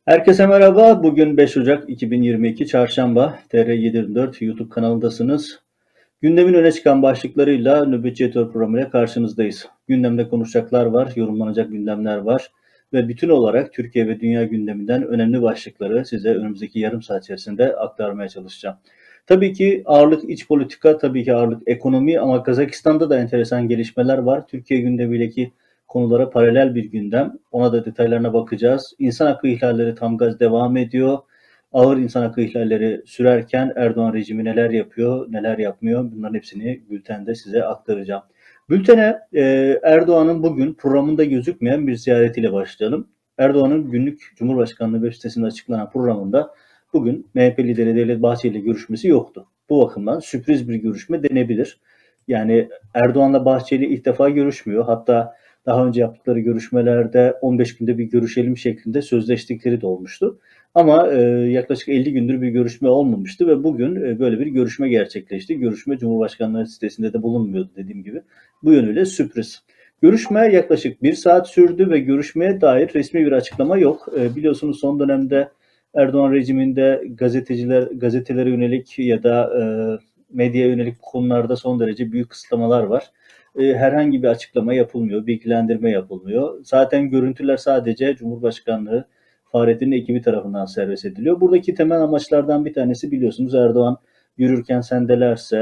Herkese merhaba. Bugün 5 Ocak 2022 Çarşamba. TR724 YouTube kanalındasınız. Gündemin öne çıkan başlıklarıyla Nöbetçi Editör programıyla karşınızdayız. Gündemde konuşacaklar var, yorumlanacak gündemler var ve bütün olarak Türkiye ve dünya gündeminden önemli başlıkları size önümüzdeki yarım saat içerisinde aktarmaya çalışacağım. Tabii ki ağırlık iç politika, tabii ki ağırlık ekonomi ama Kazakistan'da da enteresan gelişmeler var. Türkiye gündemiyle konulara paralel bir gündem. Ona da detaylarına bakacağız. İnsan hakkı ihlalleri tam gaz devam ediyor. Ağır insan hakkı ihlalleri sürerken Erdoğan rejimi neler yapıyor, neler yapmıyor, bunların hepsini bültende size aktaracağım. Bültene Erdoğan'ın bugün programında gözükmeyen bir ziyaretiyle başlayalım. Erdoğan'ın günlük Cumhurbaşkanlığı web sitesinde açıklanan programında bugün MHP lideri Devlet Bahçeli ile görüşmesi yoktu. Bu bakımdan sürpriz bir görüşme denebilir. Yani Erdoğan'la Bahçeli ilk defa görüşmüyor. Hatta daha önce yaptıkları görüşmelerde 15 günde bir görüşelim şeklinde sözleştikleri de olmuştu. Ama yaklaşık 50 gündür bir görüşme olmamıştı ve bugün böyle bir görüşme gerçekleşti. Görüşme Cumhurbaşkanlığı sitesinde de bulunmuyordu dediğim gibi. Bu yönüyle sürpriz. Görüşme yaklaşık 1 saat sürdü ve görüşmeye dair resmi bir açıklama yok. Biliyorsunuz son dönemde Erdoğan rejiminde gazetelere yönelik ya da medyaya yönelik konularda son derece büyük kısıtlamalar var. Herhangi bir açıklama yapılmıyor, bilgilendirme yapılmıyor. Zaten görüntüler sadece Cumhurbaşkanlığı Fahrettin'in ekibi tarafından servis ediliyor. Buradaki temel amaçlardan bir tanesi biliyorsunuz Erdoğan yürürken sendelerse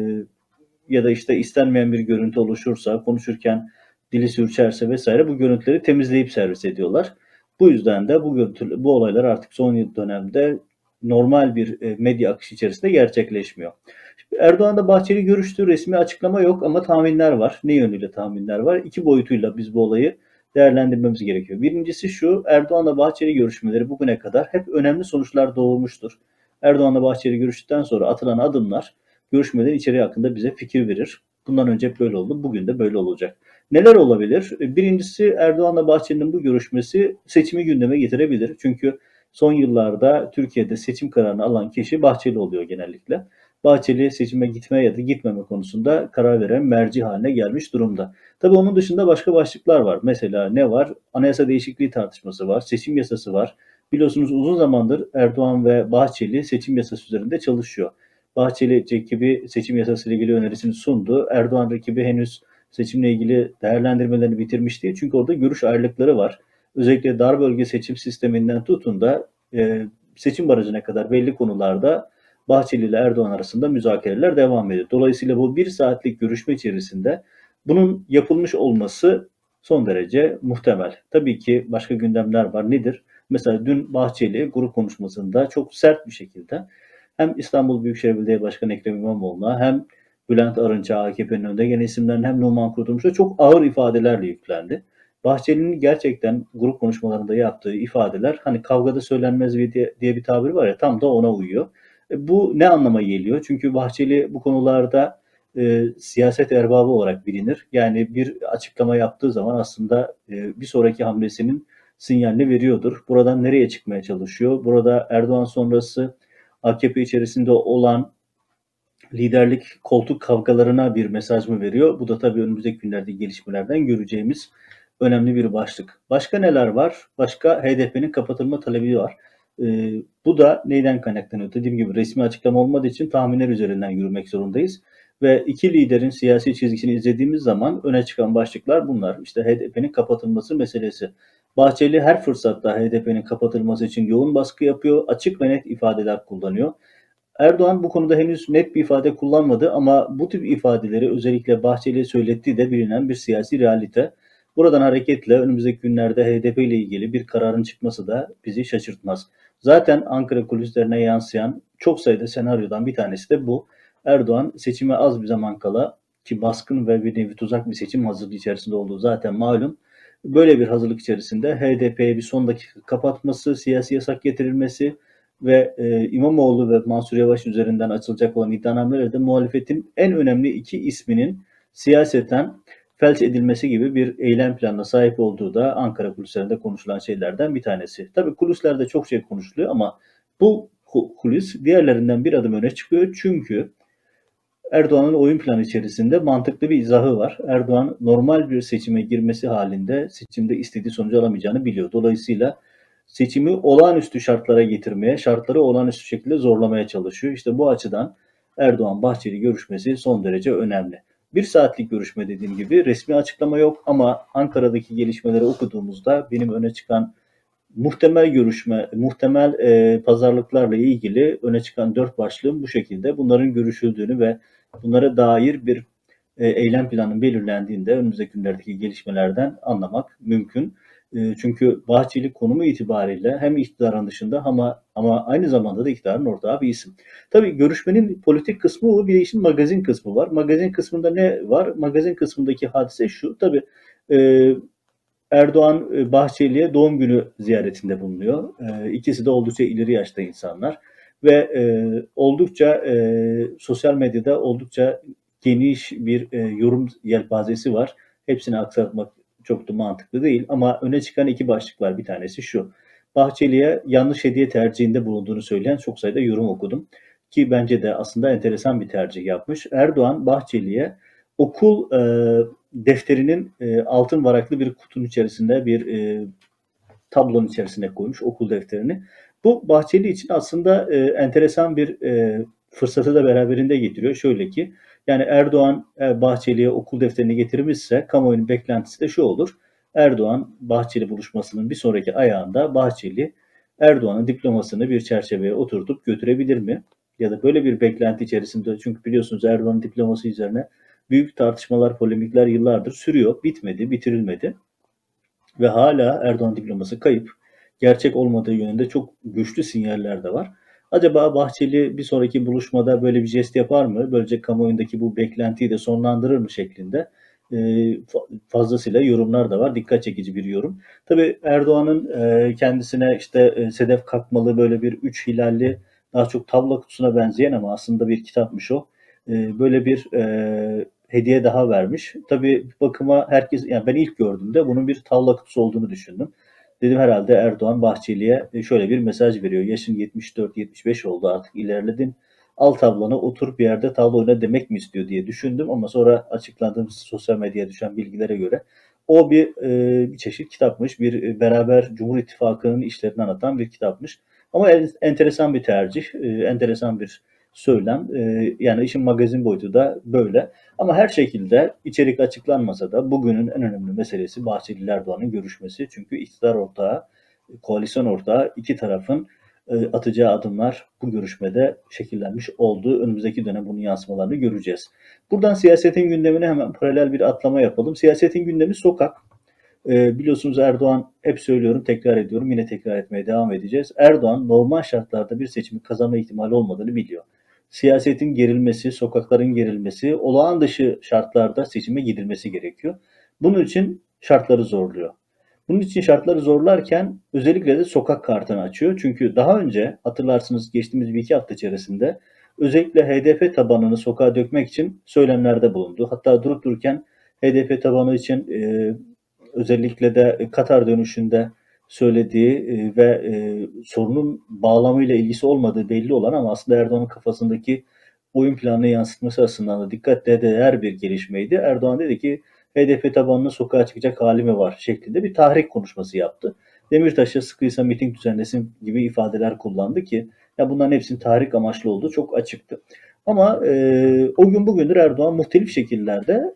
ya da işte istenmeyen bir görüntü oluşursa, konuşurken dili sürçerse vesaire bu görüntüleri temizleyip servis ediyorlar. Bu yüzden de bu olaylar artık son dönemde normal bir medya akışı içerisinde gerçekleşmiyor. Erdoğan'la Bahçeli görüştü. Resmi açıklama yok ama tahminler var. Ne yönüyle tahminler var? İki boyutuyla biz bu olayı değerlendirmemiz gerekiyor. Birincisi şu, Erdoğan'la Bahçeli görüşmeleri bugüne kadar hep önemli sonuçlar doğurmuştur. Erdoğan'la Bahçeli görüştükten sonra atılan adımlar görüşmelerin içeriği hakkında bize fikir verir. Bundan önce hep böyle oldu, bugün de böyle olacak. Neler olabilir? Birincisi Erdoğan'la Bahçeli'nin bu görüşmesi seçimi gündeme getirebilir. Çünkü son yıllarda Türkiye'de seçim kararını alan kişi Bahçeli oluyor genellikle. Bahçeli seçime gitme ya da gitmeme konusunda karar veren merci haline gelmiş durumda. Tabii onun dışında başka başlıklar var. Mesela ne var? Anayasa değişikliği tartışması var, seçim yasası var. Biliyorsunuz uzun zamandır Erdoğan ve Bahçeli seçim yasası üzerinde çalışıyor. Bahçeli ekibi seçim yasası ile ilgili önerisini sundu. Erdoğan ekibi henüz seçimle ilgili değerlendirmelerini bitirmiş değil. Çünkü orada görüş ayrılıkları var. Özellikle dar bölge seçim sisteminden tutun da seçim barajına kadar belli konularda Bahçeli ile Erdoğan arasında müzakereler devam ediyor. Dolayısıyla bu 1 saatlik görüşme içerisinde bunun yapılmış olması son derece muhtemel. Tabii ki başka gündemler var. Nedir? Mesela dün Bahçeli grup konuşmasında çok sert bir şekilde hem İstanbul Büyükşehir Belediye Başkanı Ekrem İmamoğlu'na hem Bülent Arınç'a, AKP'nin önde gelen isimlerin hem Numan Kurtulmuş'a çok ağır ifadelerle yüklendi. Bahçeli'nin gerçekten grup konuşmalarında yaptığı ifadeler hani kavgada söylenmez diye bir tabir var ya tam da ona uyuyor. Bu ne anlama geliyor? Çünkü Bahçeli bu konularda siyaset erbabı olarak bilinir. Yani bir açıklama yaptığı zaman aslında bir sonraki hamlesinin sinyalini veriyordur. Buradan nereye çıkmaya çalışıyor? Burada Erdoğan sonrası AKP içerisinde olan liderlik koltuk kavgalarına bir mesaj mı veriyor? Bu da tabii önümüzdeki günlerde gelişmelerden göreceğimiz önemli bir başlık. Başka neler var? Başka HDP'nin kapatılma talebi var. Bu da neyden kaynaklanıyor? Dediğim gibi resmi açıklama olmadığı için tahminler üzerinden yürümek zorundayız. Ve iki liderin siyasi çizgisini izlediğimiz zaman öne çıkan başlıklar bunlar. İşte HDP'nin kapatılması meselesi. Bahçeli her fırsatta HDP'nin kapatılması için yoğun baskı yapıyor, açık ve net ifadeler kullanıyor. Erdoğan bu konuda henüz net bir ifade kullanmadı ama bu tip ifadeleri özellikle Bahçeli'ye söylettiği de bilinen bir siyasi realite. Buradan hareketle önümüzdeki günlerde HDP ile ilgili bir kararın çıkması da bizi şaşırtmaz. Zaten Ankara kulislerine yansıyan çok sayıda senaryodan bir tanesi de bu. Erdoğan seçime az bir zaman kala ki baskın ve bir nevi tuzak bir seçim hazırlığı içerisinde olduğu zaten malum. Böyle bir hazırlık içerisinde HDP'ye bir son dakika kapatması, siyasi yasak getirilmesi, ve İmamoğlu ve Mansur Yavaş üzerinden açılacak olan iddianamelerde muhalefetin en önemli iki isminin siyaseten felç edilmesi gibi bir eylem planına sahip olduğu da Ankara kulislerinde konuşulan şeylerden bir tanesi. Tabii kulislerde çok şey konuşuluyor ama bu kulis diğerlerinden bir adım öne çıkıyor. Çünkü Erdoğan'ın oyun planı içerisinde mantıklı bir izahı var. Erdoğan normal bir seçime girmesi halinde seçimde istediği sonucu alamayacağını biliyor. Dolayısıyla seçimi olağanüstü şartlara getirmeye, şartları olağanüstü şekilde zorlamaya çalışıyor. İşte bu açıdan Erdoğan-Bahçeli görüşmesi son derece önemli. Bir saatlik görüşme dediğim gibi, resmi açıklama yok ama Ankara'daki gelişmeleri okuduğumuzda benim öne çıkan muhtemel pazarlıklarla ilgili öne çıkan 4 başlığım bu şekilde. Bunların görüşüldüğünü ve bunlara dair bir eylem planının belirlendiğini de önümüzdeki günlerdeki gelişmelerden anlamak mümkün. Çünkü Bahçeli konumu itibariyle hem iktidarın dışında ama aynı zamanda da iktidarın ortağı bir isim. Tabii görüşmenin politik kısmı o, bir de işin magazin kısmı var. Magazin kısmında ne var? Magazin kısmındaki hadise şu. Tabii e, Erdoğan Bahçeli'ye doğum günü ziyaretinde bulunuyor. İkisi de oldukça ileri yaşta insanlar ve oldukça sosyal medyada oldukça geniş bir yorum yelpazesi var. Hepsini aksatmak çok da mantıklı değil ama öne çıkan iki başlık var. Bir tanesi şu: Bahçeli'ye yanlış hediye tercihinde bulunduğunu söyleyen çok sayıda yorum okudum ki bence de aslında enteresan bir tercih yapmış. Erdoğan Bahçeli'ye okul defterinin altın varaklı bir kutunun içerisinde bir tablonun içerisine koymuş okul defterini. Bu Bahçeli için aslında enteresan bir fırsatı da beraberinde getiriyor. Şöyle ki, yani Erdoğan Bahçeli'ye okul defterini getirmişse kamuoyunun beklentisi de şu olur: Erdoğan Bahçeli buluşmasının bir sonraki ayağında Bahçeli Erdoğan'ın diplomasını bir çerçeveye oturtup götürebilir mi? Ya da böyle bir beklenti içerisinde, çünkü biliyorsunuz Erdoğan'ın diploması üzerine büyük tartışmalar, polemikler yıllardır sürüyor. Bitmedi, bitirilmedi ve hala Erdoğan diploması kayıp. Gerçek olmadığı yönünde çok güçlü sinyaller de var. Acaba Bahçeli bir sonraki buluşmada böyle bir jest yapar mı? Böylece kamuoyundaki bu beklentiyi de sonlandırır mı şeklinde fazlasıyla yorumlar da var. Dikkat çekici bir yorum. Tabii Erdoğan'ın kendisine işte Sedef Kalkmalı, böyle bir üç hilalli, daha çok tavla kutusuna benzeyen ama aslında bir kitapmış o. Böyle bir hediye daha vermiş. Tabii bir bakıma herkes, yani ben ilk gördüğümde bunun bir tavla kutusu olduğunu düşündüm. Dedim herhalde Erdoğan Bahçeli'ye şöyle bir mesaj veriyor: yaşın 74-75 oldu, artık ilerledin. Al tavlanı, otur bir yerde tavla oyna demek mi istiyor diye düşündüm ama sonra açıklandığım sosyal medyaya düşen bilgilere göre o bir çeşit kitapmış. Bir beraber Cumhur İttifakı'nın işlerini anlatan bir kitapmış. Ama enteresan bir tercih, enteresan bir söylem. Yani işin magazin boyutu da böyle. Ama her şekilde içerik açıklanmasa da bugünün en önemli meselesi Bahçeli ile Erdoğan'ın görüşmesi. Çünkü iktidar ortağı, koalisyon ortağı iki tarafın atacağı adımlar bu görüşmede şekillenmiş oldu. Önümüzdeki dönem bunun yansımalarını göreceğiz. Buradan siyasetin gündemine hemen paralel bir atlama yapalım. Siyasetin gündemi sokak. Biliyorsunuz Erdoğan, hep söylüyorum, tekrar ediyorum, yine tekrar etmeye devam edeceğiz. Erdoğan normal şartlarda bir seçimi kazanma ihtimali olmadığını biliyor. Siyasetin gerilmesi, sokakların gerilmesi, olağan dışı şartlarda seçime gidilmesi gerekiyor. Bunun için şartları zorluyor. Bunun için şartları zorlarken özellikle de sokak kartını açıyor. Çünkü daha önce hatırlarsınız, geçtiğimiz bir iki hafta içerisinde özellikle HDP tabanını sokağa dökmek için söylemlerde bulundu. Hatta durup dururken HDP tabanı için özellikle de Katar dönüşünde söylediği ve sorunun bağlamıyla ilgisi olmadığı belli olan ama aslında Erdoğan'ın kafasındaki oyun planını yansıtması açısından da dikkatle değer bir gelişmeydi. Erdoğan dedi ki HDP tabanının sokağa çıkacak hali mi var şeklinde bir tahrik konuşması yaptı. Demirtaş'a sıkıysa miting düzenlesin gibi ifadeler kullandı ki ya bunların hepsinin tahrik amaçlı olduğu çok açıktı. Ama o gün bugündür Erdoğan muhtelif şekillerde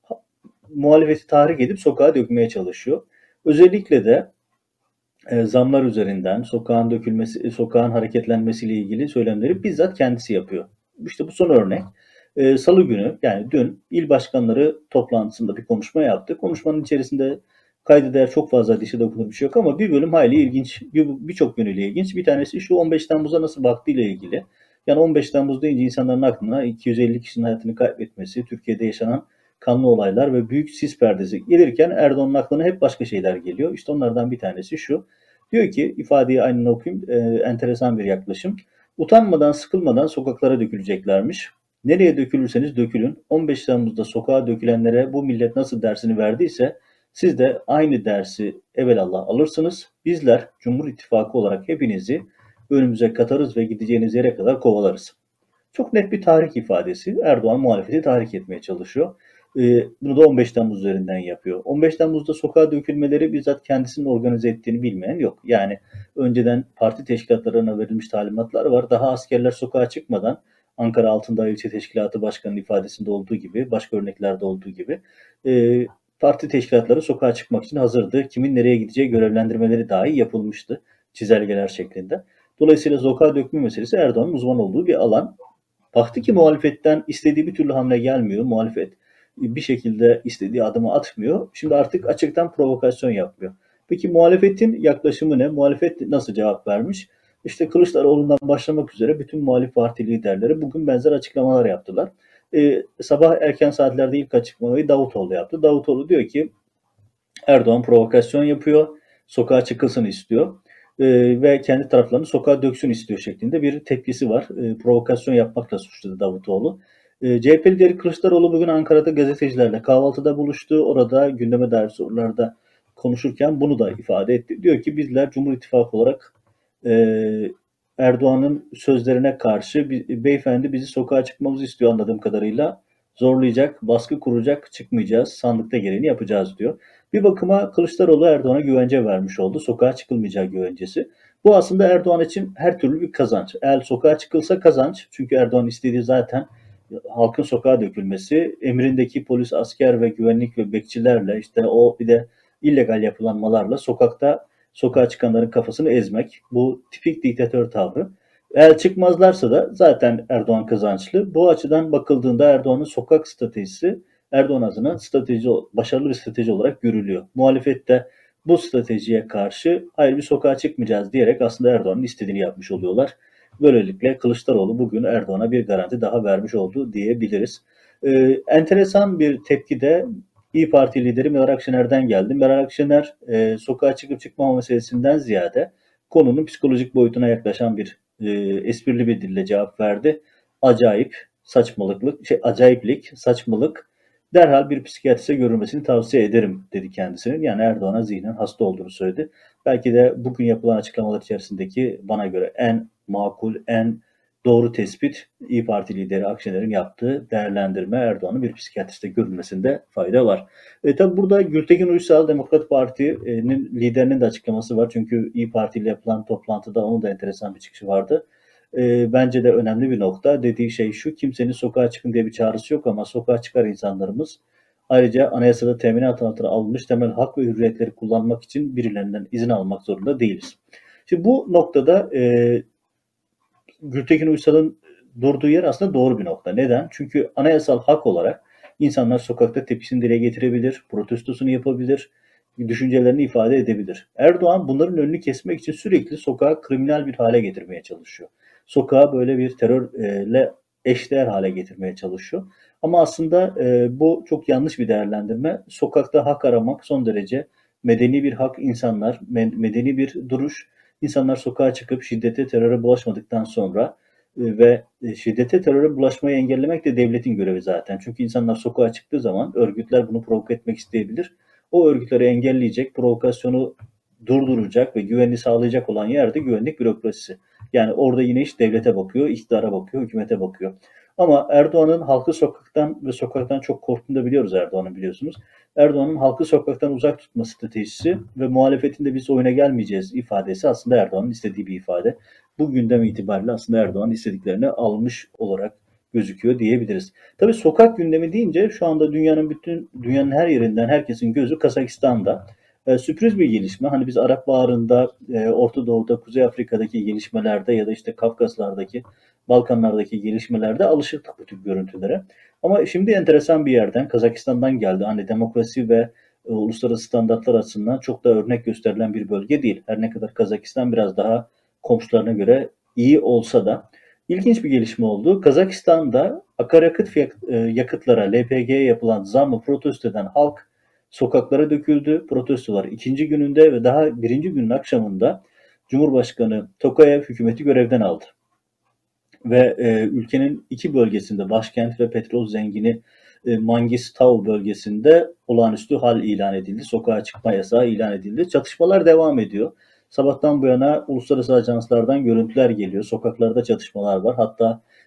muhalefeti tahrik edip sokağa dökmeye çalışıyor. Özellikle de zamlar üzerinden sokağın dökülmesi, sokağın hareketlenmesiyle ilgili söylemleri bizzat kendisi yapıyor. İşte bu son örnek. Salı günü, yani dün, il başkanları toplantısında bir konuşma yaptı. Konuşmanın içerisinde kayda değer çok fazla dişe dokunur bir şey yok ama bir bölüm hayli ilginç, birçok yönüyle ilginç. Bir tanesi şu: 15 Temmuz'a nasıl baktığıyla ilgili. Yani 15 Temmuz deyince insanların aklına 250 kişinin hayatını kaybetmesi, Türkiye'de yaşanan kanlı olaylar ve büyük sis perdesi gelirken Erdoğan'ın aklına hep başka şeyler geliyor. İşte onlardan bir tanesi şu: diyor ki, ifadeyi aynen okuyayım, enteresan bir yaklaşım. Utanmadan, sıkılmadan sokaklara döküleceklermiş. Nereye dökülürseniz dökülün. 15 Temmuz'da sokağa dökülenlere bu millet nasıl dersini verdiyse siz de aynı dersi evelallah alırsınız. Bizler Cumhur İttifakı olarak hepinizi önümüze katarız ve gideceğiniz yere kadar kovalarız. Çok net bir tahrik ifadesi. Erdoğan muhalefeti tahrik etmeye çalışıyor. Bunu da 15 Temmuz üzerinden yapıyor. 15 Temmuz'da sokağa dökülmeleri bizzat kendisinin organize ettiğini bilmeyen yok. Yani önceden parti teşkilatlarına verilmiş talimatlar var. Daha askerler sokağa çıkmadan Ankara Altındağ İlçe Teşkilatı Başkanı'nın ifadesinde olduğu gibi, başka örneklerde olduğu gibi parti teşkilatları sokağa çıkmak için hazırdı. Kimin nereye gideceği görevlendirmeleri dahi yapılmıştı çizelgeler şeklinde. Dolayısıyla sokağa dökme meselesi Erdoğan'ın uzman olduğu bir alan. Baktı ki muhalefetten istediği bir türlü hamle gelmiyor. Muhalefet bir şekilde istediği adımı atmıyor. Şimdi artık açıktan provokasyon yapmıyor. Peki muhalefetin yaklaşımı ne? Muhalefet nasıl cevap vermiş? İşte Kılıçdaroğlu'ndan başlamak üzere bütün muhalif parti liderleri bugün benzer açıklamalar yaptılar. Sabah erken saatlerde ilk açıklamayı Davutoğlu yaptı. Davutoğlu diyor ki Erdoğan provokasyon yapıyor, sokağa çıkılsın istiyor ve kendi taraflarını sokağa döksün istiyor şeklinde bir tepkisi var. Provokasyon yapmakla suçladı Davutoğlu. CHP lideri Kılıçdaroğlu bugün Ankara'da gazetecilerle kahvaltıda buluştu. Orada gündeme dair sorularda konuşurken bunu da ifade etti. Diyor ki bizler Cumhur İttifakı olarak e, Erdoğan'ın sözlerine karşı beyefendi bizi sokağa çıkmamızı istiyor anladığım kadarıyla. Zorlayacak, baskı kuracak, çıkmayacağız, sandıkta gereğini yapacağız diyor. Bir bakıma Kılıçdaroğlu Erdoğan'a güvence vermiş oldu. Sokağa çıkılmayacağı güvencesi. Bu aslında Erdoğan için her türlü bir kazanç. Eğer sokağa çıkılsa kazanç. Çünkü Erdoğan istediği zaten halkın sokağa dökülmesi. Emrindeki polis, asker ve güvenlik ve bekçilerle işte o bir de illegal yapılanmalarla sokağa çıkanların kafasını ezmek. Bu tipik diktatör tavrı. Eğer çıkmazlarsa da zaten Erdoğan kazançlı. Bu açıdan bakıldığında Erdoğan'ın sokak stratejisi Erdoğan adına başarılı bir strateji olarak görülüyor. Muhalefet de bu stratejiye karşı hayır bir sokağa çıkmayacağız diyerek aslında Erdoğan'ın istediğini yapmış oluyorlar. Böylelikle Kılıçdaroğlu bugün Erdoğan'a bir garanti daha vermiş oldu diyebiliriz. Enteresan bir tepki de İyi Parti lideri Meral Akşener'den geldi. Meral Akşener sokağa çıkıp çıkmama meselesinden ziyade konunun psikolojik boyutuna yaklaşan bir esprili bir dille cevap verdi. Acayiplik, saçmalık. Derhal bir psikiyatriste görülmesini tavsiye ederim dedi kendisinin. Yani Erdoğan'a zihnen hasta olduğunu söyledi. Belki de bugün yapılan açıklamalar içerisindeki bana göre en makul, en doğru tespit İyi Parti lideri Akşener'in yaptığı değerlendirme Erdoğan'ın bir psikiyatriste görülmesinde fayda var. Tabi burada Gültekin Uysal Demokrat Parti'nin liderinin de açıklaması var. Çünkü İyi Parti ile yapılan toplantıda onun da enteresan bir çıkışı vardı. Bence de önemli bir nokta. Dediği şey şu, kimsenin sokağa çıkın diye bir çağrısı yok ama sokağa çıkar insanlarımız. Ayrıca anayasada teminat altına alınmış temel hak ve hürriyetleri kullanmak için birilerinden izin almak zorunda değiliz. Şimdi bu noktada Gültekin Uysal'ın durduğu yer aslında doğru bir nokta. Neden? Çünkü anayasal hak olarak insanlar sokakta tepkisini dile getirebilir, protestosunu yapabilir, düşüncelerini ifade edebilir. Erdoğan bunların önünü kesmek için sürekli sokağı kriminal bir hale getirmeye çalışıyor. Sokağı böyle bir terörle eşdeğer hale getirmeye çalışıyor. Ama aslında bu çok yanlış bir değerlendirme. Sokakta hak aramak son derece medeni bir hak insanlar, medeni bir duruş. İnsanlar sokağa çıkıp şiddete, teröre bulaşmadıktan sonra ve şiddete, teröre bulaşmayı engellemek de devletin görevi zaten. Çünkü insanlar sokağa çıktığı zaman örgütler bunu provoke etmek isteyebilir. O örgütleri engelleyecek, provokasyonu durduracak ve güvenliği sağlayacak olan yerde güvenlik bürokrasisi. Yani orada yine iş devlete bakıyor, iktidara bakıyor, hükümete bakıyor. Ama Erdoğan'ın halkı sokaktan ve sokaktan çok korktuğunu da biliyoruz Erdoğan'ın biliyorsunuz. Erdoğan'ın halkı sokaktan uzak tutma stratejisi ve muhalefetin de biz oyuna gelmeyeceğiz ifadesi aslında Erdoğan'ın istediği bir ifade. Bu gündem itibariyle aslında Erdoğan istediklerini almış olarak gözüküyor diyebiliriz. Tabii sokak gündemi deyince şu anda dünyanın her yerinden herkesin gözü Kazakistan'da. Sürpriz bir gelişme. Hani biz Arap Baharı'nda, Orta Doğu'da, Kuzey Afrika'daki gelişmelerde ya da işte Kafkaslar'daki, Balkanlar'daki gelişmelerde alışırdık bu tip görüntülere. Ama şimdi enteresan bir yerden, Kazakistan'dan geldi. Hani demokrasi ve uluslararası standartlar açısından çok da örnek gösterilen bir bölge değil. Her ne kadar Kazakistan biraz daha komşularına göre iyi olsa da ilginç bir gelişme oldu. Kazakistan'da akaryakıt yakıtlara, LPG'ye yapılan zammı protesto eden halk sokaklara döküldü. Protestolar ikinci gününde ve daha birinci günün akşamında Cumhurbaşkanı Tokayev hükümeti görevden aldı. Ve ülkenin iki bölgesinde başkent ve petrol zengini Mangistau bölgesinde olağanüstü hal ilan edildi. Sokağa çıkma yasağı ilan edildi. Çatışmalar devam ediyor. Sabahtan bu yana uluslararası ajanslardan görüntüler geliyor. Sokaklarda çatışmalar var. Hatta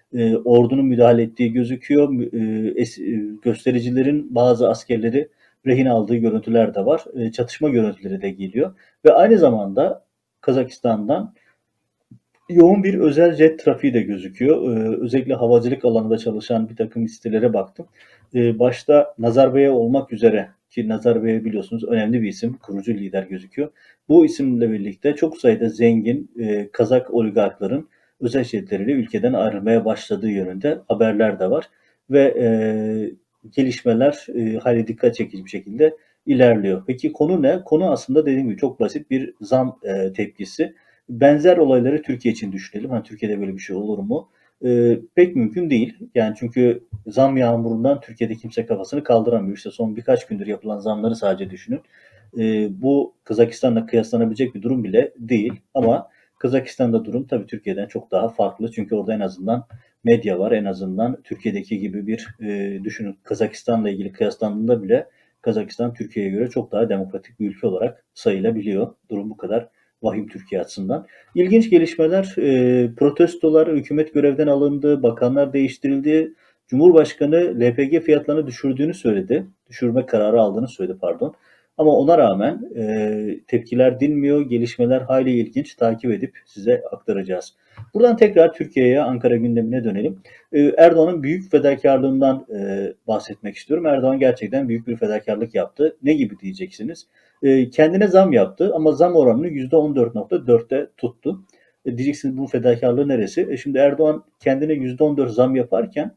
ordunun müdahale ettiği gözüküyor. Göstericilerin bazı askerleri rehin aldığı görüntüler de var. Çatışma görüntüleri de geliyor. Ve aynı zamanda Kazakistan'dan yoğun bir özel jet trafiği de gözüküyor. Özellikle havacılık alanında çalışan bir takım sitelere baktım. Başta Nazarbayev olmak üzere, ki Nazarbayev biliyorsunuz önemli bir isim, kurucu lider gözüküyor. Bu isimle birlikte çok sayıda zengin Kazak oligarkların özel jetleriyle ülkeden ayrılmaya başladığı yönünde haberler de var. Ve gelişmeler hali dikkat çekici bir şekilde ilerliyor. Peki konu ne? Konu aslında dediğim gibi çok basit bir zam tepkisi. Benzer olayları Türkiye için düşünelim. Hani Türkiye'de böyle bir şey olur mu? Pek mümkün değil. Yani çünkü zam yağmurundan Türkiye'de kimse kafasını kaldıramıyor. İşte son birkaç gündür yapılan zamları sadece düşünün. Bu Kazakistan'la kıyaslanabilecek bir durum bile değil. Ama Kazakistan'da durum tabii Türkiye'den çok daha farklı. Çünkü orada en azından medya var. En azından Türkiye'deki gibi bir düşünün. Kazakistan'la ilgili kıyaslandığında bile Kazakistan Türkiye'ye göre çok daha demokratik bir ülke olarak sayılabiliyor. Durum bu kadar vahim Türkiye açısından. İlginç gelişmeler, protestolar, hükümet görevden alındı, bakanlar değiştirildi. Cumhurbaşkanı LPG fiyatlarını düşürdüğünü söyledi. Düşürme kararı aldığını söyledi pardon. Ama ona rağmen tepkiler dinmiyor, gelişmeler hayli ilginç, takip edip size aktaracağız. Buradan tekrar Türkiye'ye, Ankara gündemine dönelim. Erdoğan'ın büyük fedakarlığından bahsetmek istiyorum. Erdoğan gerçekten büyük bir fedakarlık yaptı. Ne gibi diyeceksiniz? Kendine zam yaptı ama zam oranını %14.4'te tuttu. Diyeceksiniz bu fedakarlığı neresi? Şimdi Erdoğan kendine %14 zam yaparken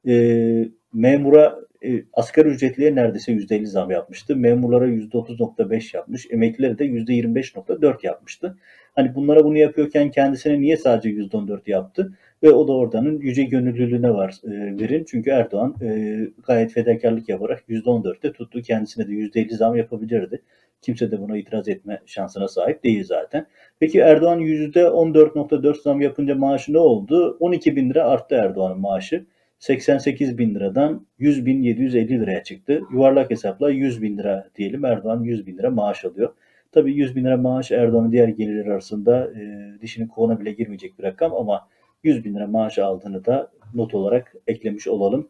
memura asgari ücretliye neredeyse %50 zam yapmıştı. Memurlara %30.5 yapmış. Emeklilere de %25.4 yapmıştı. Hani bunlara bunu yapıyorken kendisine niye sadece %14 yaptı? Ve o da oradanın yüce gönüllülüğüne verin. Çünkü Erdoğan gayet fedakarlık yaparak %14'te tuttu. Kendisine de %50 zam yapabilirdi. Kimse de buna itiraz etme şansına sahip değil zaten. Peki Erdoğan %14.4 zam yapınca maaşı ne oldu? 12 bin lira arttı Erdoğan'ın maaşı. 88 bin liradan 100 bin 750 liraya çıktı. Yuvarlak hesapla 100 bin lira diyelim. Erdoğan 100 bin lira maaş alıyor. Tabii 100 bin lira maaş Erdoğan'ın diğer gelirleri arasında dişinin kovuna bile girmeyecek bir rakam ama 100 bin lira maaş aldığını da not olarak eklemiş olalım.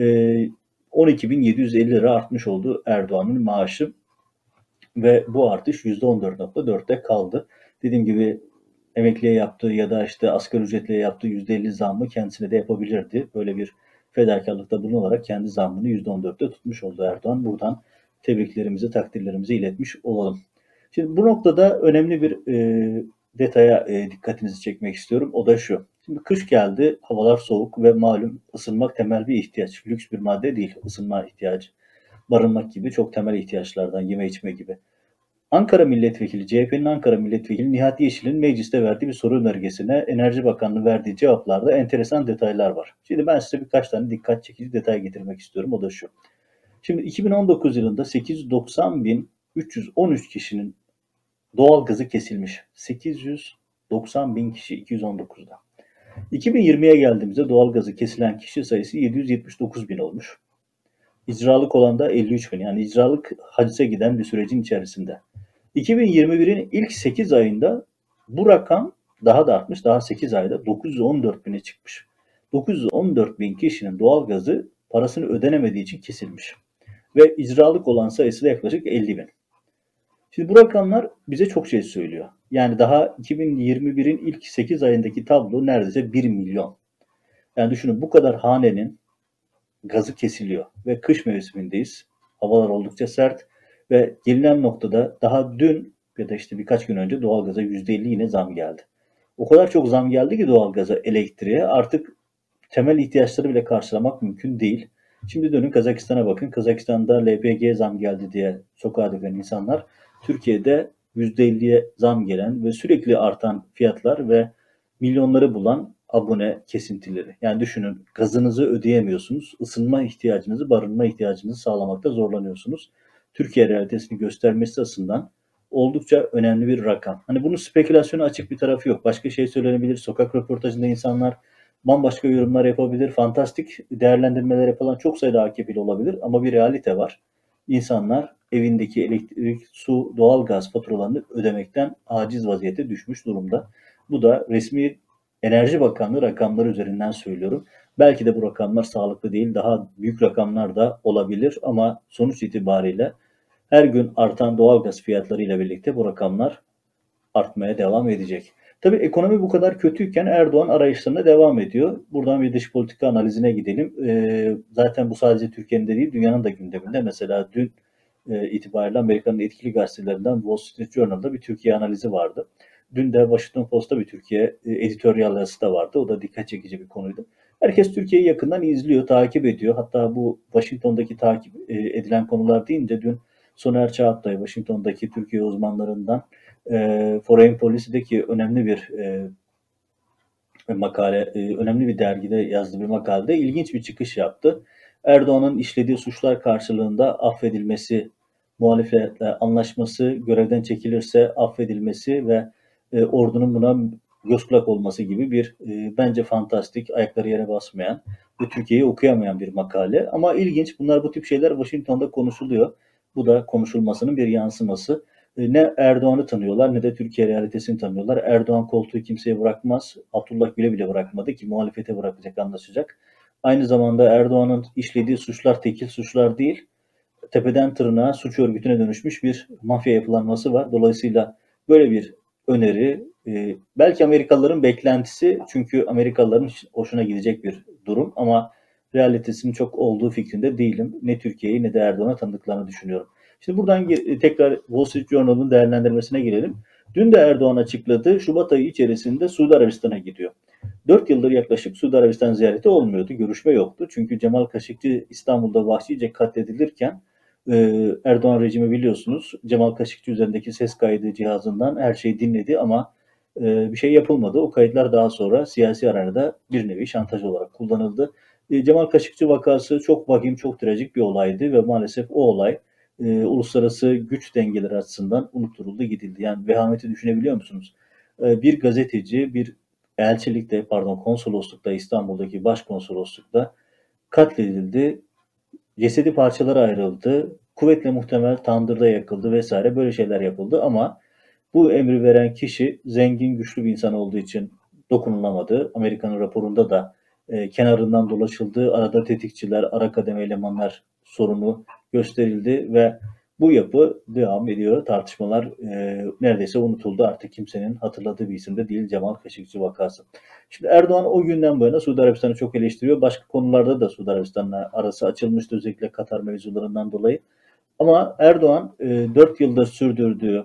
12.750 lira artmış oldu Erdoğan'ın maaşı ve bu artış %14.4'te kaldı. Dediğim gibi emekliye yaptığı ya da işte asgari ücretliye yaptığı %50 zammı kendisine de yapabilirdi. Böyle bir fedakarlıkta bulunarak kendi zammını %14'te tutmuş oldu Erdoğan. Buradan tebriklerimizi, takdirlerimizi iletmiş olalım. Şimdi bu noktada önemli bir detaya dikkatinizi çekmek istiyorum. O da şu. Şimdi kış geldi, havalar soğuk ve malum ısınmak temel bir ihtiyaç. Lüks bir madde değil, ısınma ihtiyacı. Barınmak gibi çok temel ihtiyaçlardan, yeme içme gibi. Ankara Milletvekili, CHP'nin Ankara Milletvekili Nihat Yeşil'in mecliste verdiği bir soru önergesine Enerji Bakanlığı verdiği cevaplarda enteresan detaylar var. Şimdi ben size birkaç tane dikkat çekici detay getirmek istiyorum. O da şu. Şimdi 2019 yılında 890.313 kişinin doğalgazı kesilmiş. 890.000 kişi 219'da. 2020'ye geldiğimizde doğalgazı kesilen kişi sayısı 779.000 olmuş. İcralık olan da 53.000. Yani icralık hacize giden bir sürecin içerisinde. 2021'in ilk 8 ayında bu rakam daha da artmış. Daha 8 ayda 914 bine çıkmış. 914 bin kişinin doğalgazı parasını ödenemediği için kesilmiş. Ve icralık olan sayısı da yaklaşık 50 bin. Şimdi bu rakamlar bize çok şey söylüyor. Yani daha 2021'in ilk 8 ayındaki tablo neredeyse 1 milyon. Yani düşünün bu kadar hanenin gazı kesiliyor ve kış mevsimindeyiz. Havalar oldukça sert ve gelinen noktada daha dün ya da işte birkaç gün önce doğalgaza %50 yine zam geldi. O kadar çok zam geldi ki doğalgaza, elektriğe artık temel ihtiyaçları bile karşılamak mümkün değil. Şimdi dönün Kazakistan'a bakın. Kazakistan'da LPG zam geldi diye sokağa döken insanlar Türkiye'de %50'ye zam gelen ve sürekli artan fiyatlar ve milyonları bulan abone kesintileri. Yani düşünün gazınızı ödeyemiyorsunuz. Isınma ihtiyacınızı, barınma ihtiyacınızı sağlamakta zorlanıyorsunuz. Türkiye realitesini göstermesi açısından oldukça önemli bir rakam. Hani bunun spekülasyona açık bir tarafı yok. Başka şey söylenebilir. Sokak röportajında insanlar bambaşka yorumlar yapabilir. Fantastik değerlendirmeler yapılan çok sayıda AKP'li olabilir. Ama bir realite var. İnsanlar evindeki elektrik, su, doğal gaz faturalarını ödemekten aciz vaziyete düşmüş durumda. Bu da resmi Enerji Bakanlığı rakamları üzerinden söylüyorum. Belki de bu rakamlar sağlıklı değil, daha büyük rakamlar da olabilir ama sonuç itibariyle her gün artan doğalgaz fiyatları ile birlikte bu rakamlar artmaya devam edecek. Tabii ekonomi bu kadar kötüyken Erdoğan arayışlarına devam ediyor. Buradan bir dış politika analizine gidelim. Zaten bu sadece Türkiye'nin de değil, dünyanın da gündeminde. Mesela dün itibariyle Amerika'nın etkili gazetelerinden Wall Street Journal'da bir Türkiye analizi vardı. Dün de Washington Post'ta bir Türkiye editoryal yazısı da vardı. O da dikkat çekici bir konuydu. Herkes Türkiye'yi yakından izliyor, takip ediyor. Hatta bu Washington'daki takip edilen konular deyince dün Soner Çağatay, Washington'daki Türkiye uzmanlarından Foreign Policy'deki önemli bir makale, önemli bir dergide yazdığı bir makalede ilginç bir çıkış yaptı. Erdoğan'ın işlediği suçlar karşılığında affedilmesi, muhalefetle anlaşması, görevden çekilirse affedilmesi ve ordunun buna göz kulak olması gibi bir bence fantastik, ayakları yere basmayan ve Türkiye'yi okuyamayan bir makale. Ama ilginç, bu tip şeyler Washington'da konuşuluyor. Bu da konuşulmasının bir yansıması. Ne Erdoğan'ı tanıyorlar ne de Türkiye realitesini tanıyorlar. Erdoğan koltuğu kimseye bırakmaz. Abdullah Gül'e bile bırakmadı ki muhalefete bırakacak, anlaşacak. Aynı zamanda Erdoğan'ın işlediği suçlar tekil suçlar değil, tepeden tırnağa suç örgütüne dönüşmüş bir mafya yapılanması var. Dolayısıyla böyle bir öneri belki Amerikalıların beklentisi, çünkü Amerikalıların hoşuna gidecek bir durum ama realitesinin çok olduğu fikrinde değilim. Ne Türkiye'yi ne de Erdoğan'a tanıdıklarını düşünüyorum. Şimdi buradan tekrar Wall Street Journal'ın değerlendirmesine gelelim. Dün de Erdoğan açıkladı. Şubat ayı içerisinde Suudi Arabistan'a gidiyor. 4 yıldır yaklaşık Suudi Arabistan ziyareti olmuyordu. Görüşme yoktu. Çünkü Cemal Kaşıkçı İstanbul'da vahşice katledilirken Erdoğan rejimi biliyorsunuz Cemal Kaşıkçı üzerindeki ses kaydı cihazından her şeyi dinledi ama bir şey yapılmadı. O kayıtlar daha sonra siyasi arenada bir nevi şantaj olarak kullanıldı. Cemal Kaşıkçı vakası çok vahim, çok trajik bir olaydı ve maalesef o olay uluslararası güç dengeleri açısından unutturuldu, gidildi. Yani vehameti düşünebiliyor musunuz? Bir gazeteci bir elçilikte, pardon konsoloslukta, İstanbul'daki başkonsoloslukta katledildi. Cesedi parçalara ayrıldı. Kuvvetle muhtemel tandırda yakıldı vesaire, böyle şeyler yapıldı ama bu emri veren kişi zengin, güçlü bir insan olduğu için dokunulamadı. Amerika'nın raporunda da kenarından dolaşıldı. Arada tetikçiler, ara kademe elemanlar sorunu gösterildi ve bu yapı devam ediyor. Tartışmalar neredeyse unutuldu. Artık kimsenin hatırladığı bir isim de değil Cemal Kaşıkçı vakası. Şimdi Erdoğan o günden bu yana Suudi Arabistan'ı çok eleştiriyor. Başka konularda da Suudi Arabistan'la arası açılmıştı, özellikle Katar mevzularından dolayı. Ama Erdoğan 4 yıldır sürdürdüğü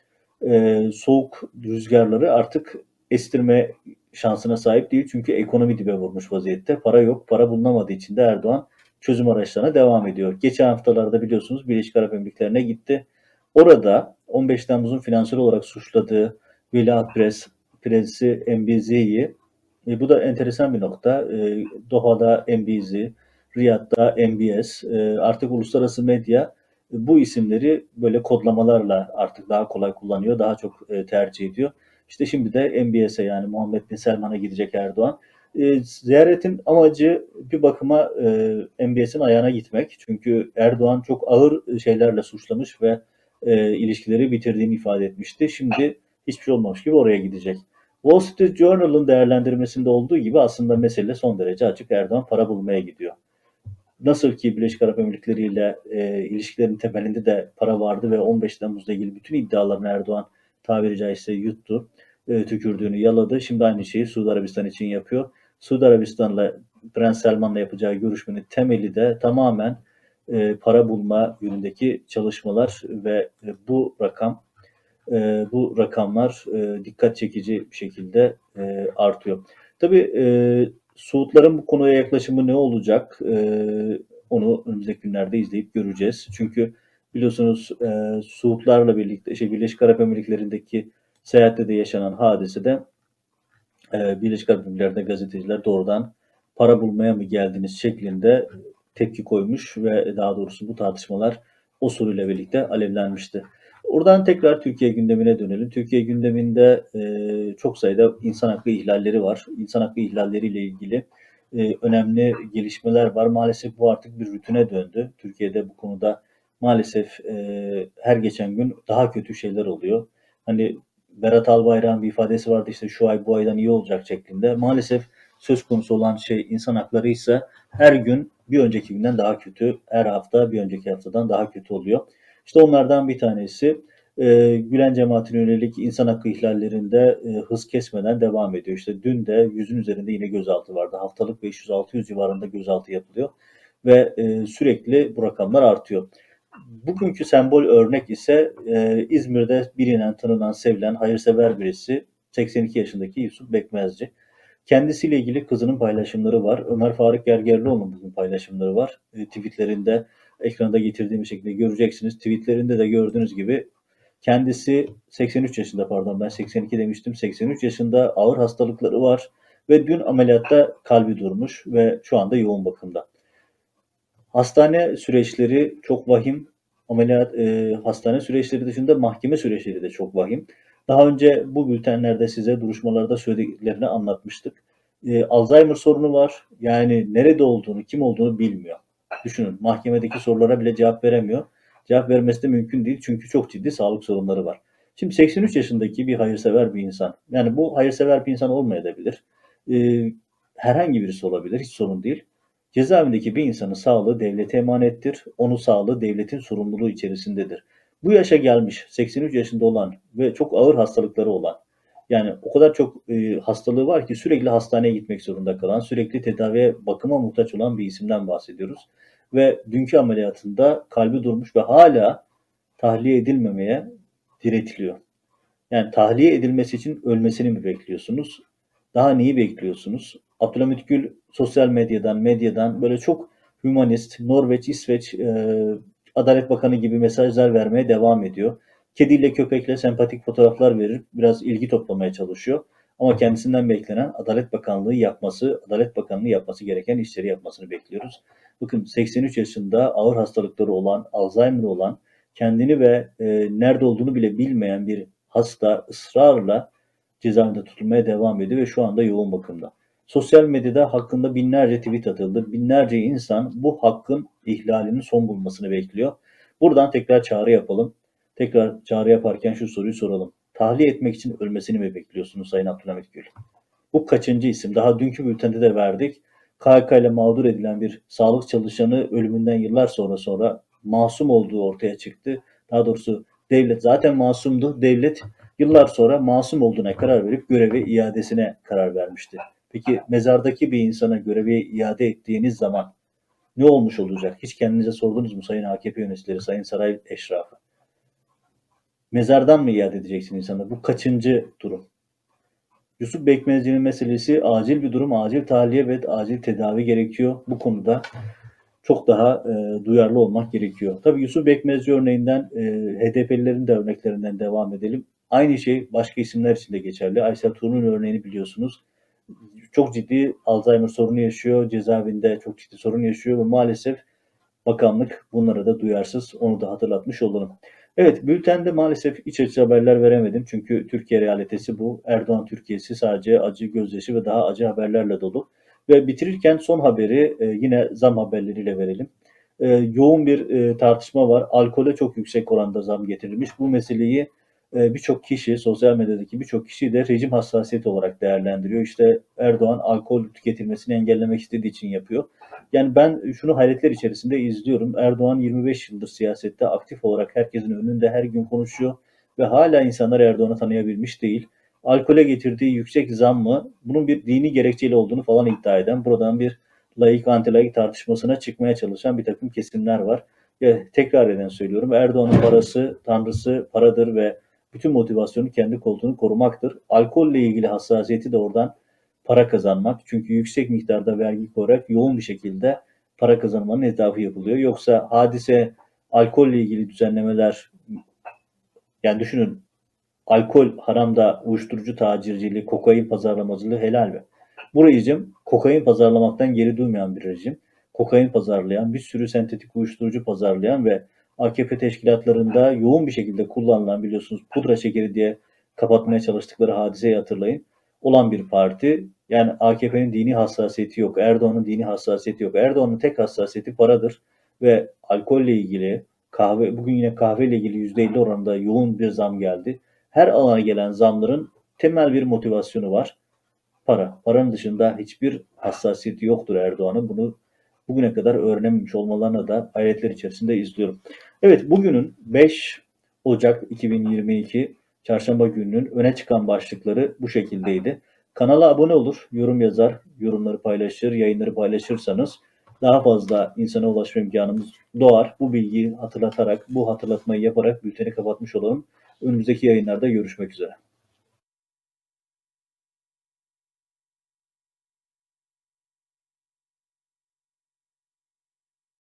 soğuk rüzgarları artık estirme şansına sahip değil. Çünkü ekonomi dibe vurmuş vaziyette. Para yok. Para bulunamadığı için de Erdoğan çözüm araçlarına devam ediyor. Geçen haftalarda biliyorsunuz Birleşik Arap Emirlikleri'ne gitti. Orada 15 Temmuz'un finansal olarak suçladığı Veliaht Prensi MBZ'yi, bu da enteresan bir nokta. Doha'da MBZ, Riyad'da MBS, artık uluslararası medya bu isimleri böyle kodlamalarla artık daha kolay kullanıyor, daha çok tercih ediyor. İşte şimdi de MBS'e, yani Muhammed Bin Selman'a gidecek Erdoğan. Ziyaretin amacı bir bakıma MBS'in ayağına gitmek. Çünkü Erdoğan çok ağır şeylerle suçlamış ve ilişkileri bitirdiğini ifade etmişti. Şimdi hiçbir şey olmamış gibi oraya gidecek. Wall Street Journal'ın değerlendirmesinde olduğu gibi aslında mesele son derece açık. Erdoğan para bulmaya gidiyor. Nasıl ki Birleşik Arap Emirlikleri ile ilişkilerin temelinde de para vardı ve 15 Temmuz'la ilgili bütün iddialarını Erdoğan tabiri caizse yuttu, tükürdüğünü yaladı. Şimdi aynı şeyi Suudi Arabistan için yapıyor. Suudi Arabistan'la Prens Selman'la yapacağı görüşmenin temeli de tamamen para bulma yönündeki çalışmalar ve bu rakamlar dikkat çekici bir şekilde artıyor. Tabii Suudların bu konuya yaklaşımı ne olacak? Onu önümüzdeki günlerde izleyip göreceğiz. Çünkü biliyorsunuz Suudlarla birlikte Birleşik Arap Emirlikleri'ndeki seyahatte de yaşanan hadisede Birleşik Arap Emirlikleri'nde gazeteciler doğrudan para bulmaya mı geldiniz şeklinde tepki koymuş ve daha doğrusu bu tartışmalar o soruyla birlikte alevlenmişti. Oradan tekrar Türkiye gündemine dönelim. Türkiye gündeminde çok sayıda insan hakkı ihlalleri var. İnsan hakkı ihlalleriyle ilgili önemli gelişmeler var. Maalesef bu artık bir rutine döndü. Türkiye'de bu konuda maalesef her geçen gün daha kötü şeyler oluyor. Hani Berat Albayrak'ın bir ifadesi vardı, işte şu ay bu aydan iyi olacak şeklinde. Maalesef söz konusu olan şey insan hakları ise her gün bir önceki günden daha kötü, her hafta bir önceki haftadan daha kötü oluyor. İşte onlardan bir tanesi Gülen cemaatine yönelik insan hakkı ihlallerinde hız kesmeden devam ediyor. İşte dün de 100'ün üzerinde yine gözaltı vardı. Haftalık 500-600 civarında gözaltı yapılıyor ve sürekli bu rakamlar artıyor. Bugünkü sembol örnek ise İzmir'de bilinen, tanınan, sevilen, hayırsever birisi 82 yaşındaki Yusuf Bekmezci. Kendisiyle ilgili kızının paylaşımları var. Ömer Faruk Gergerlioğlu'nun bugün paylaşımları var. Tweetlerinde ekranda getirdiğim şekilde göreceksiniz. Tweetlerinde de gördüğünüz gibi kendisi 83 yaşında, pardon ben 82 demiştim. 83 yaşında, ağır hastalıkları var ve dün ameliyatta kalbi durmuş ve şu anda yoğun bakımda. Hastane süreçleri çok vahim. Hastane süreçleri dışında mahkeme süreçleri de çok vahim. Daha önce bu bültenlerde size duruşmalarda söylediklerini anlatmıştık. Alzheimer sorunu var. Yani nerede olduğunu, kim olduğunu bilmiyor. Düşünün, mahkemedeki sorulara bile cevap veremiyor. Cevap vermesi de mümkün değil çünkü çok ciddi sağlık sorunları var. Şimdi 83 yaşındaki bir hayırsever bir insan. Yani bu hayırsever bir insan olmayabilir. Ee, Herhangi birisi olabilir, hiç sorun değil. Cezaevindeki bir insanın sağlığı devlete emanettir. Onun sağlığı devletin sorumluluğu içerisindedir. Bu yaşa gelmiş, 83 yaşında olan ve çok ağır hastalıkları olan, yani o kadar çok hastalığı var ki sürekli hastaneye gitmek zorunda kalan, sürekli tedaviye, bakıma muhtaç olan bir isimden bahsediyoruz. Ve dünkü ameliyatında kalbi durmuş ve hala tahliye edilmemeye diretiliyor. Yani tahliye edilmesi için ölmesini mi bekliyorsunuz? Daha neyi bekliyorsunuz? Abdülhamit Gül sosyal medyadan böyle çok hümanist, Norveç, İsveç, Adalet Bakanı gibi mesajlar vermeye devam ediyor. Kediyle köpekle sempatik fotoğraflar verir, biraz ilgi toplamaya çalışıyor. Ama kendisinden beklenen Adalet Bakanlığı yapması, Adalet Bakanlığı yapması gereken işleri yapmasını bekliyoruz. Bakın 83 yaşında ağır hastalıkları olan, Alzheimer olan, kendini ve nerede olduğunu bile bilmeyen bir hasta ısrarla cezaevinde tutulmaya devam ediyor ve şu anda yoğun bakımda. Sosyal medyada hakkında binlerce tweet atıldı. Binlerce insan bu hakkın ihlalinin son bulmasını bekliyor. Buradan tekrar çağrı yapalım. Tekrar çağrı yaparken şu soruyu soralım. Tahliye etmek için ölmesini mi bekliyorsunuz Sayın Abdülhamit Gül? Bu kaçıncı isim? Daha dünkü bültende de verdik. KHK ile mağdur edilen bir sağlık çalışanı ölümünden yıllar sonra masum olduğu ortaya çıktı. Daha doğrusu devlet zaten masumdu. Devlet yıllar sonra masum olduğuna karar verip görevi iadesine karar vermişti. Peki mezardaki bir insana görevi iade ettiğiniz zaman ne olmuş olacak? Hiç kendinize sordunuz mu Sayın AKP yöneticileri, Sayın Saray eşrafı? Mezardan mı iade edeceksin insanı? Bu kaçıncı durum? Yusuf Bekmezci'nin meselesi acil bir durum, acil tahliye ve acil tedavi gerekiyor. Bu konuda çok daha duyarlı olmak gerekiyor. Tabii Yusuf Bekmezci örneğinden HDP'lilerin de örneklerinden devam edelim. Aynı şey başka isimler için de geçerli. Aysel Tuğ'un örneğini biliyorsunuz. Çok ciddi Alzheimer sorunu yaşıyor. Cezaevinde çok ciddi sorun yaşıyor ve maalesef bakanlık bunlara da duyarsız. Onu da hatırlatmış olalım. Evet, bültende maalesef iç açıcı haberler veremedim. Çünkü Türkiye realitesi bu. Erdoğan Türkiye'si sadece acı, gözyaşı ve daha acı haberlerle dolu. Ve bitirirken son haberi yine zam haberleriyle verelim. Yoğun bir tartışma var. Alkole çok yüksek oranda zam getirilmiş. Bu meseleyi birçok kişi, sosyal medyadaki birçok kişi de rejim hassasiyeti olarak değerlendiriyor. İşte Erdoğan alkol tüketilmesini engellemek istediği için yapıyor. Yani ben şunu hayretler içerisinde izliyorum. Erdoğan 25 yıldır siyasette aktif olarak herkesin önünde her gün konuşuyor ve hala insanlar Erdoğan'ı tanıyabilmiş değil. Alkole getirdiği yüksek zam mı? Bunun bir dini gerekçeli olduğunu falan iddia eden, buradan bir laik anti-laik tartışmasına çıkmaya çalışan bir takım kesimler var. Tekrar eden söylüyorum. Erdoğan'ın parası, tanrısı paradır ve bütün motivasyonu kendi koltuğunu korumaktır. Alkolle ilgili hassasiyeti de oradan para kazanmak. Çünkü yüksek miktarda vergi koyarak yoğun bir şekilde para kazanmanın etrafı yapılıyor. Yoksa hadise alkolle ilgili düzenlemeler, yani düşünün, alkol haramda, uyuşturucu tacirciliği, kokain pazarlamacılığı helal mi? Bu rejim kokain pazarlamaktan geri durmayan bir rejim. Kokain pazarlayan, bir sürü sentetik uyuşturucu pazarlayan ve AKP teşkilatlarında yoğun bir şekilde kullanılan, biliyorsunuz pudra şekeri diye kapatmaya çalıştıkları hadiseyi hatırlayın, olan bir parti. Yani AKP'nin dini hassasiyeti yok. Erdoğan'ın dini hassasiyeti yok. Erdoğan'ın tek hassasiyeti paradır ve alkolle ilgili, bugün yine kahveyle ilgili %50 oranında yoğun bir zam geldi. her alana gelen zamların temel bir motivasyonu var. Para. Paranın dışında hiçbir hassasiyeti yoktur Erdoğan'ın. Bunu bugüne kadar öğrenememiş olmalarına da hayretler içerisinde izliyorum. Evet, bugünün 5 Ocak 2022 Çarşamba gününün öne çıkan başlıkları bu şekildeydi. Kanala abone olur, yorum yazar, yorumları paylaşır, yayınları paylaşırsanız daha fazla insana ulaşma imkanımız doğar. Bu bilgiyi hatırlatarak, bu hatırlatmayı yaparak bülteni kapatmış olalım. Önümüzdeki yayınlarda görüşmek üzere.